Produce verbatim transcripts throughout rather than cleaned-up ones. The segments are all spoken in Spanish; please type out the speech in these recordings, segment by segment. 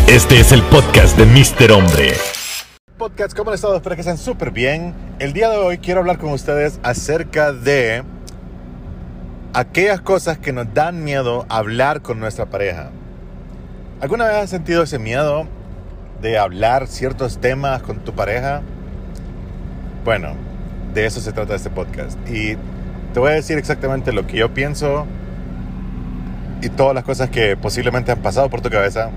Este es el podcast de míster Hombre. Podcast, ¿cómo han estado? Espero que estén súper bien. El día de hoy quiero hablar con ustedes acerca de aquellas cosas que nos dan miedo hablar con nuestra pareja. ¿Alguna vez has sentido ese miedo de hablar ciertos temas con tu pareja? Bueno, de eso se trata este podcast. Y te voy a decir exactamente lo que yo pienso y todas las cosas que posiblemente han pasado por tu cabeza.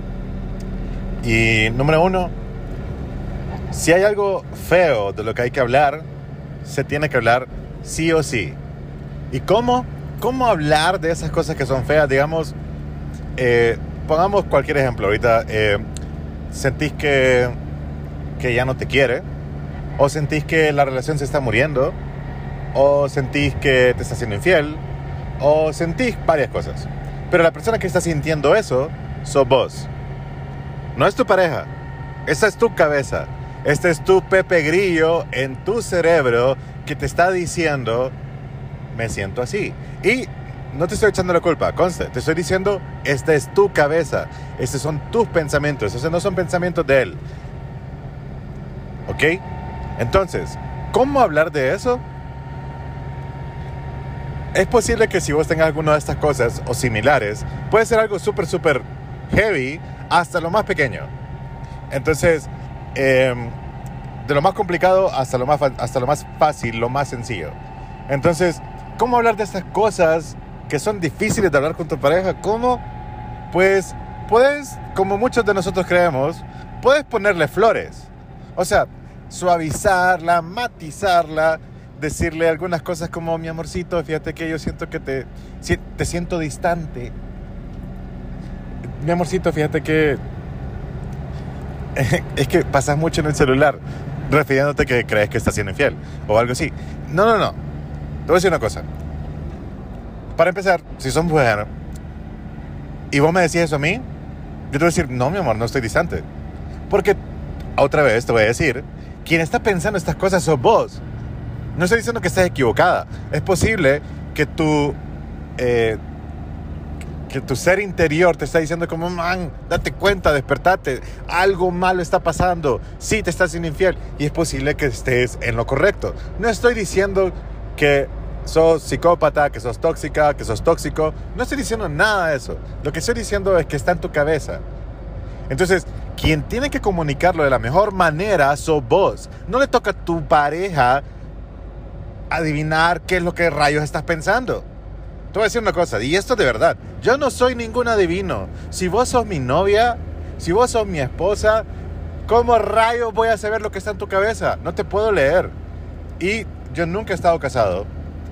Y número uno, si hay algo feo de lo que hay que hablar, se tiene que hablar sí o sí. ¿Y cómo? ¿Cómo hablar de esas cosas que son feas? Digamos, eh, pongamos cualquier ejemplo. Ahorita eh, sentís que, que ya no te quiere, o sentís que la relación se está muriendo, o sentís que te está siendo infiel, o sentís varias cosas. Pero la persona que está sintiendo eso sos vos. No es tu pareja. Esa es tu cabeza. Este es tu Pepe Grillo en tu cerebro que te está diciendo, me siento así. Y no te estoy echando la culpa, conste. Te estoy diciendo, esta es tu cabeza. Estos son tus pensamientos. Esos no son pensamientos de él. ¿Ok? Entonces, ¿cómo hablar de eso? Es posible que si vos tengas alguna de estas cosas o similares, puede ser algo súper, súper heavy hasta lo más pequeño. Entonces, eh, de lo más complicado hasta lo más, hasta lo más fácil, lo más sencillo. Entonces, ¿cómo hablar de estas cosas que son difíciles de hablar con tu pareja? ¿Cómo? Pues, puedes, como muchos de nosotros creemos, puedes ponerle flores. O sea, suavizarla, matizarla, decirle algunas cosas como, mi amorcito, fíjate que yo siento que te, te siento distante. Mi amorcito, fíjate que es que pasas mucho en el celular refiriéndote que crees que estás siendo infiel o algo así. No, no, no. Te voy a decir una cosa. Para empezar, si son mujer y vos me decís eso a mí, yo te voy a decir, no, mi amor, no estoy distante. Porque, otra vez te voy a decir, quien está pensando estas cosas sos vos. No estoy diciendo que estés equivocada. Es posible que tu, eh, que tu ser interior te está diciendo como, man, date cuenta, despertate, algo malo está pasando, sí te estás siendo infiel, y es posible que estés en lo correcto. No estoy diciendo que sos psicópata, que sos tóxica, que sos tóxico. No estoy diciendo nada de eso. Lo que estoy diciendo es que está en tu cabeza. Entonces, quien tiene que comunicarlo de la mejor manera sos vos. No le toca a tu pareja adivinar qué es lo que rayos estás pensando. Te voy a decir una cosa, y esto de verdad, yo no soy ningún adivino. Si vos sos mi novia, si vos sos mi esposa, ¿cómo rayos voy a saber lo que está en tu cabeza? No te puedo leer. Y yo nunca he estado casado.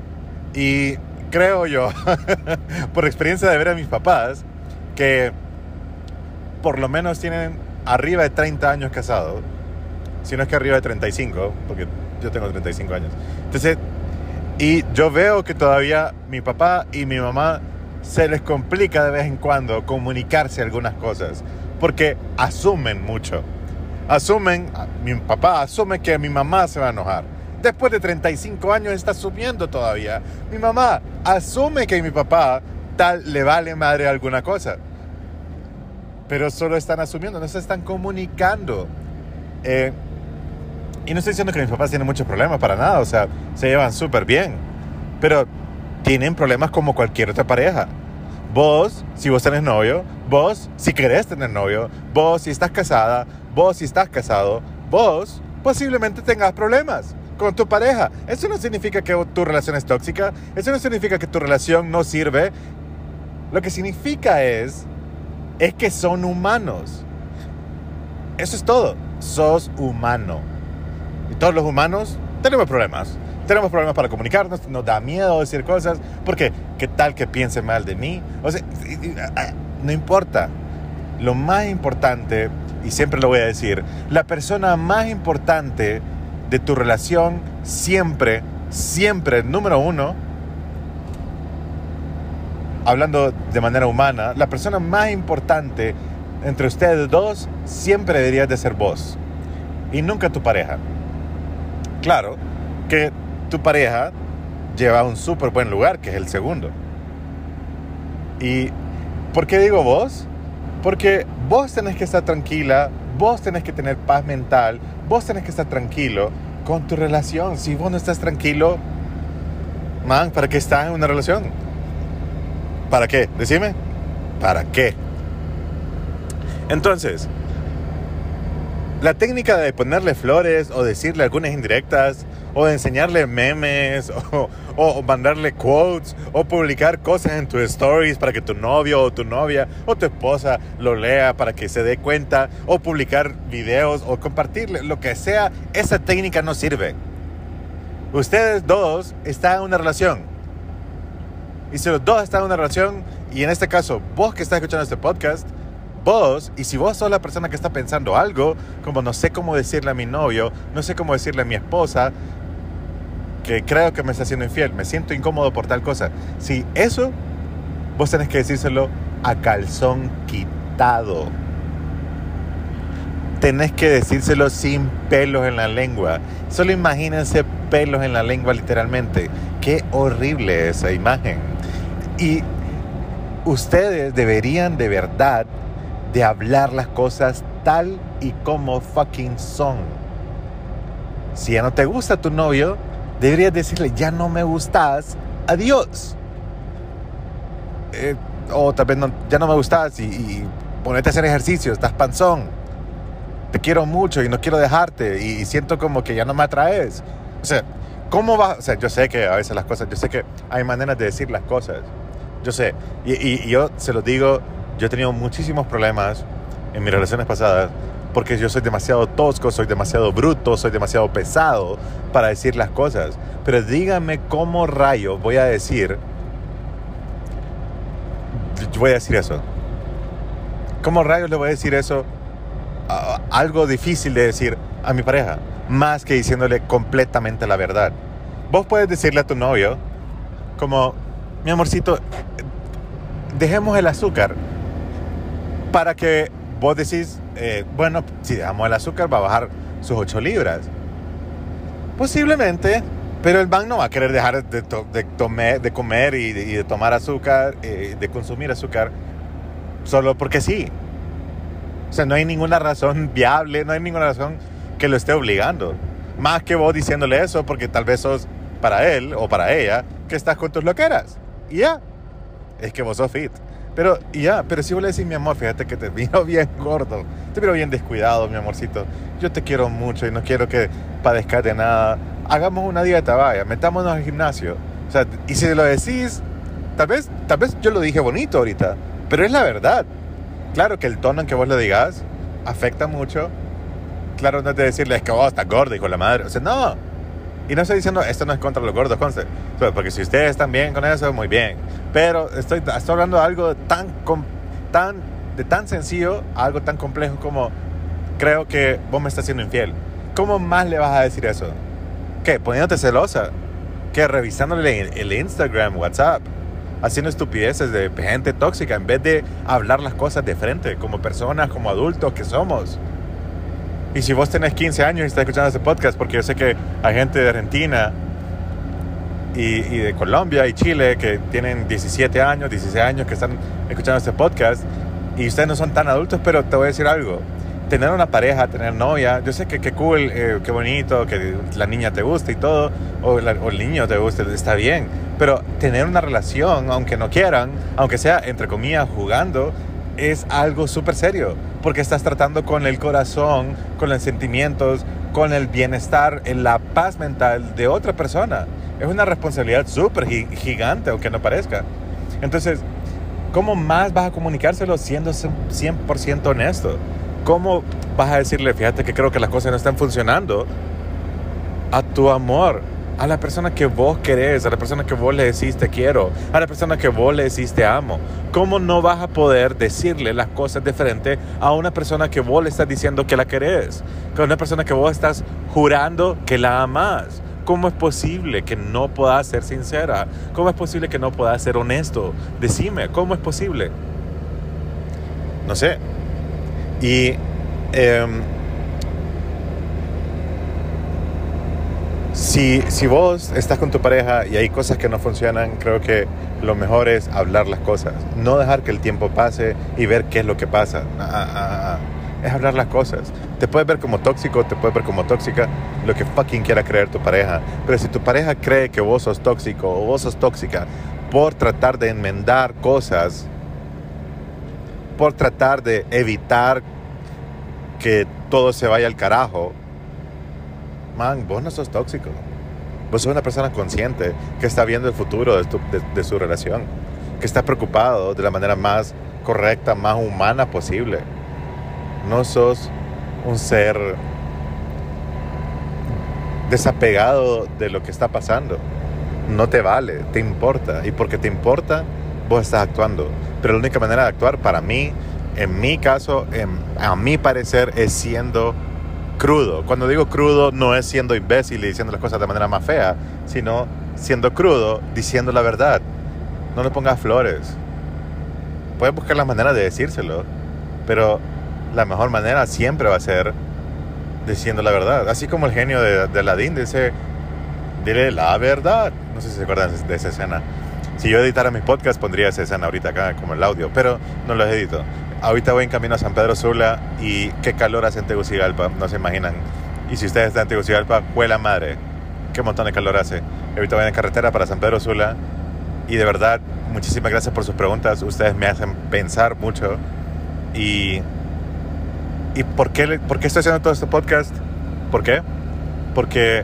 Y creo yo, por experiencia de ver a mis papás, que por lo menos tienen arriba de treinta años casados. Si no es que arriba de treinta y cinco, porque yo tengo treinta y cinco años. Entonces, y yo veo que todavía mi papá y mi mamá se les complica de vez en cuando comunicarse algunas cosas, porque asumen mucho. Asumen, mi papá asume que mi mamá se va a enojar. Después de treinta y cinco años está asumiendo todavía. Mi mamá asume que mi papá tal le vale madre alguna cosa. Pero solo están asumiendo, no se están comunicando. Eh... Y no estoy diciendo que mis papás tienen muchos problemas, para nada. O sea, se llevan súper bien. Pero tienen problemas como cualquier otra pareja. Vos, si vos tenés novio. Vos, si querés tener novio. Vos, si estás casada. Vos, si estás casado. Vos, posiblemente tengas problemas con tu pareja. Eso no significa que tu relación es tóxica. Eso no significa que tu relación no sirve. Lo que significa es... Es que son humanos. Eso es todo. Sos humano. Y todos los humanos tenemos problemas. Tenemos problemas para comunicarnos, nos da miedo decir cosas, porque ¿qué tal que piense mal de mí? O sea, no importa. Lo más importante, y siempre lo voy a decir, la persona más importante de tu relación siempre, siempre, número uno, hablando de manera humana, la persona más importante entre ustedes dos siempre debería de ser vos y nunca tu pareja. Claro que tu pareja lleva a un súper buen lugar, que es el segundo. ¿Y por qué digo vos? Porque vos tenés que estar tranquila, vos tenés que tener paz mental, vos tenés que estar tranquilo con tu relación. Si vos no estás tranquilo, man, ¿para qué estás en una relación? ¿Para qué? Decime, ¿para qué? Entonces, la técnica de ponerle flores o decirle algunas indirectas o de enseñarle memes o, o mandarle quotes o publicar cosas en tus stories para que tu novio o tu novia o tu esposa lo lea para que se dé cuenta, o publicar videos o compartirle, lo que sea, esa técnica no sirve. Ustedes dos están en una relación, y si los dos están en una relación, y en este caso vos que estás escuchando este podcast, vos, y si vos sos la persona que está pensando algo, como no sé cómo decirle a mi novio, no sé cómo decirle a mi esposa, que creo que me está haciendo infiel, me siento incómodo por tal cosa. Si eso, vos tenés que decírselo a calzón quitado. Tenés que decírselo sin pelos en la lengua. Solo imagínense pelos en la lengua literalmente. Qué horrible esa imagen. Y ustedes deberían de verdad de hablar las cosas tal y como fucking son. Si ya no te gusta tu novio, deberías decirle, ya no me gustas, adiós. Eh, o tal vez no, ya no me gustas y, y ponete a hacer ejercicio, estás panzón. Te quiero mucho y no quiero dejarte y, y siento como que ya no me atraes. O sea, ¿cómo va? O sea, yo sé que a veces las cosas, yo sé que hay maneras de decir las cosas. Yo sé, y, y, y yo se lo digo, yo he tenido muchísimos problemas en mis relaciones pasadas porque yo soy demasiado tosco, soy demasiado bruto, soy demasiado pesado para decir las cosas. Pero díganme cómo rayo voy a decir, voy a decir eso. ¿Cómo rayos le voy a decir eso? Uh, algo difícil de decir a mi pareja, más que diciéndole completamente la verdad. Vos puedes decirle a tu novio, como, mi amorcito, dejemos el azúcar, para que vos decís, eh, bueno, si dejamos el azúcar va a bajar sus ocho libras. Posiblemente, pero el man no va a querer dejar de, to- de, tome- de comer y de, y de tomar azúcar, eh, de consumir azúcar, solo porque sí. O sea, no hay ninguna razón viable, no hay ninguna razón que lo esté obligando. Más que vos diciéndole eso porque tal vez sos para él o para ella que estás con tus loqueras. Y ya, es que vos sos fit. Pero y ya, pero si vos le decís, mi amor, fíjate que te miro bien gordo, te miro bien descuidado, mi amorcito. Yo te quiero mucho y no quiero que padezcas de nada. Hagamos una dieta, vaya, metámonos al gimnasio. O sea, y si lo decís, tal vez, tal vez yo lo dije bonito ahorita, pero es la verdad. Claro que el tono en que vos lo digas afecta mucho. Claro, no es de decirle, es que vos estás gordo, hijo de la madre. O sea, no. Y no estoy diciendo, esto no es contra los gordos, conste. O sea, porque si ustedes están bien con eso, muy bien. Pero estoy, estoy hablando de algo tan, tan, de tan sencillo a algo tan complejo como, creo que vos me estás siendo infiel. ¿Cómo más le vas a decir eso? ¿Qué? ¿Poniéndote celosa? ¿Qué? ¿Revisándole el Instagram, WhatsApp? Haciendo estupideces de gente tóxica en vez de hablar las cosas de frente, como personas, como adultos que somos. Y si vos tenés quince años y estás escuchando este podcast, porque yo sé que hay gente de Argentina y, y de Colombia y Chile que tienen diecisiete años, dieciséis años que están escuchando este podcast, y ustedes no son tan adultos, pero te voy a decir algo. Tener una pareja, tener novia, yo sé que qué cool, eh, qué bonito, que la niña te guste y todo, o, la, o el niño te guste, está bien. Pero tener una relación, aunque no quieran, aunque sea, entre comillas, jugando, es algo súper serio. Porque estás tratando con el corazón, con los sentimientos, con el bienestar, en la paz mental de otra persona. Es una responsabilidad súper gigante, aunque no parezca. Entonces, ¿cómo más vas a comunicárselo siendo cien por ciento honesto? ¿Cómo vas a decirle, fíjate que creo que las cosas no están funcionando a tu amor? A la persona que vos querés, a la persona que vos le decís te quiero, a la persona que vos le decís te amo. ¿Cómo no vas a poder decirle las cosas de frente a una persona que vos le estás diciendo que la querés? A una persona que vos estás jurando que la amás. ¿Cómo es posible que no puedas ser sincera? ¿Cómo es posible que no puedas ser honesto? Decime, ¿cómo es posible? No sé. Y... Eh, Si, si vos estás con tu pareja y hay cosas que no funcionan, creo que lo mejor es hablar las cosas. No dejar que el tiempo pase y ver qué es lo que pasa. Ah, ah, ah. Es hablar las cosas. Te puedes ver como tóxico, te puedes ver como tóxica, lo que fucking quiera creer tu pareja. Pero si tu pareja cree que vos sos tóxico o vos sos tóxica por tratar de enmendar cosas, por tratar de evitar que todo se vaya al carajo, man, vos no sos tóxico. Vos sos una persona consciente que está viendo el futuro de, tu, de, de su relación, que está preocupado de la manera más correcta, más humana posible. No sos un ser desapegado de lo que está pasando. No te vale, te importa. Y porque te importa, vos estás actuando. Pero la única manera de actuar para mí, en mi caso, en, a mi parecer, es siendo crudo. Cuando digo crudo, no es siendo imbécil y diciendo las cosas de manera más fea, sino siendo crudo, diciendo la verdad. No le pongas flores. Puedes buscar la manera de decírselo, pero la mejor manera siempre va a ser diciendo la verdad. Así como el genio de, de Aladdin dice, dile la verdad. No sé si se acuerdan de esa escena. Si yo editara mis podcasts, pondría esa escena ahorita acá como el audio, pero no los edito. Ahorita voy en camino a San Pedro Sula y qué calor hace en Tegucigalpa, no se imaginan. Y si ustedes están en Tegucigalpa, huela madre, qué montón de calor hace. Ahorita voy en carretera para San Pedro Sula y de verdad, muchísimas gracias por sus preguntas. Ustedes me hacen pensar mucho. Y... ¿Y por qué, por qué estoy haciendo todo este podcast? ¿Por qué? Porque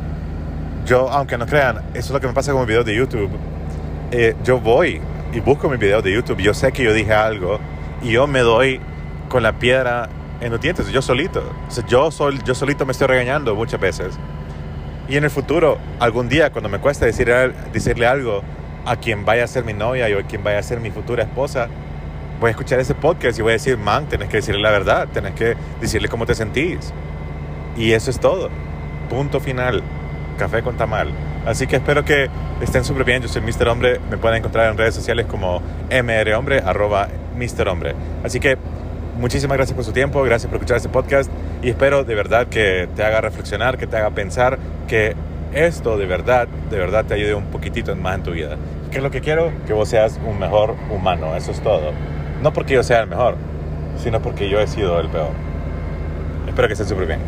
yo, aunque no crean, eso es lo que me pasa con mis videos de YouTube. Eh, yo voy y busco mis videos de YouTube. Yo sé que yo dije algo y yo me doy con la piedra en los dientes, yo solito. O sea, yo, sol, yo solito me estoy regañando muchas veces. Y en el futuro, algún día, cuando me cuesta decir, decirle algo a quien vaya a ser mi novia o a quien vaya a ser mi futura esposa, voy a escuchar ese podcast y voy a decir, man, tenés que decirle la verdad, tenés que decirle cómo te sentís. Y eso es todo. Punto final. Café con tamal. Así que espero que estén súper bien. Yo soy míster Hombre. Me pueden encontrar en redes sociales como mrhombre, arroba míster Hombre. Así que muchísimas gracias por su tiempo. Gracias por escuchar este podcast. Y espero de verdad que te haga reflexionar, que te haga pensar, que esto de verdad, de verdad te ayude un poquitito más en tu vida. ¿Qué es lo que quiero? Que vos seas un mejor humano. Eso es todo. No porque yo sea el mejor, sino porque yo he sido el peor. Espero que estén súper bien.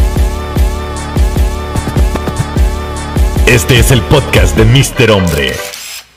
Este es el podcast de míster Hombre.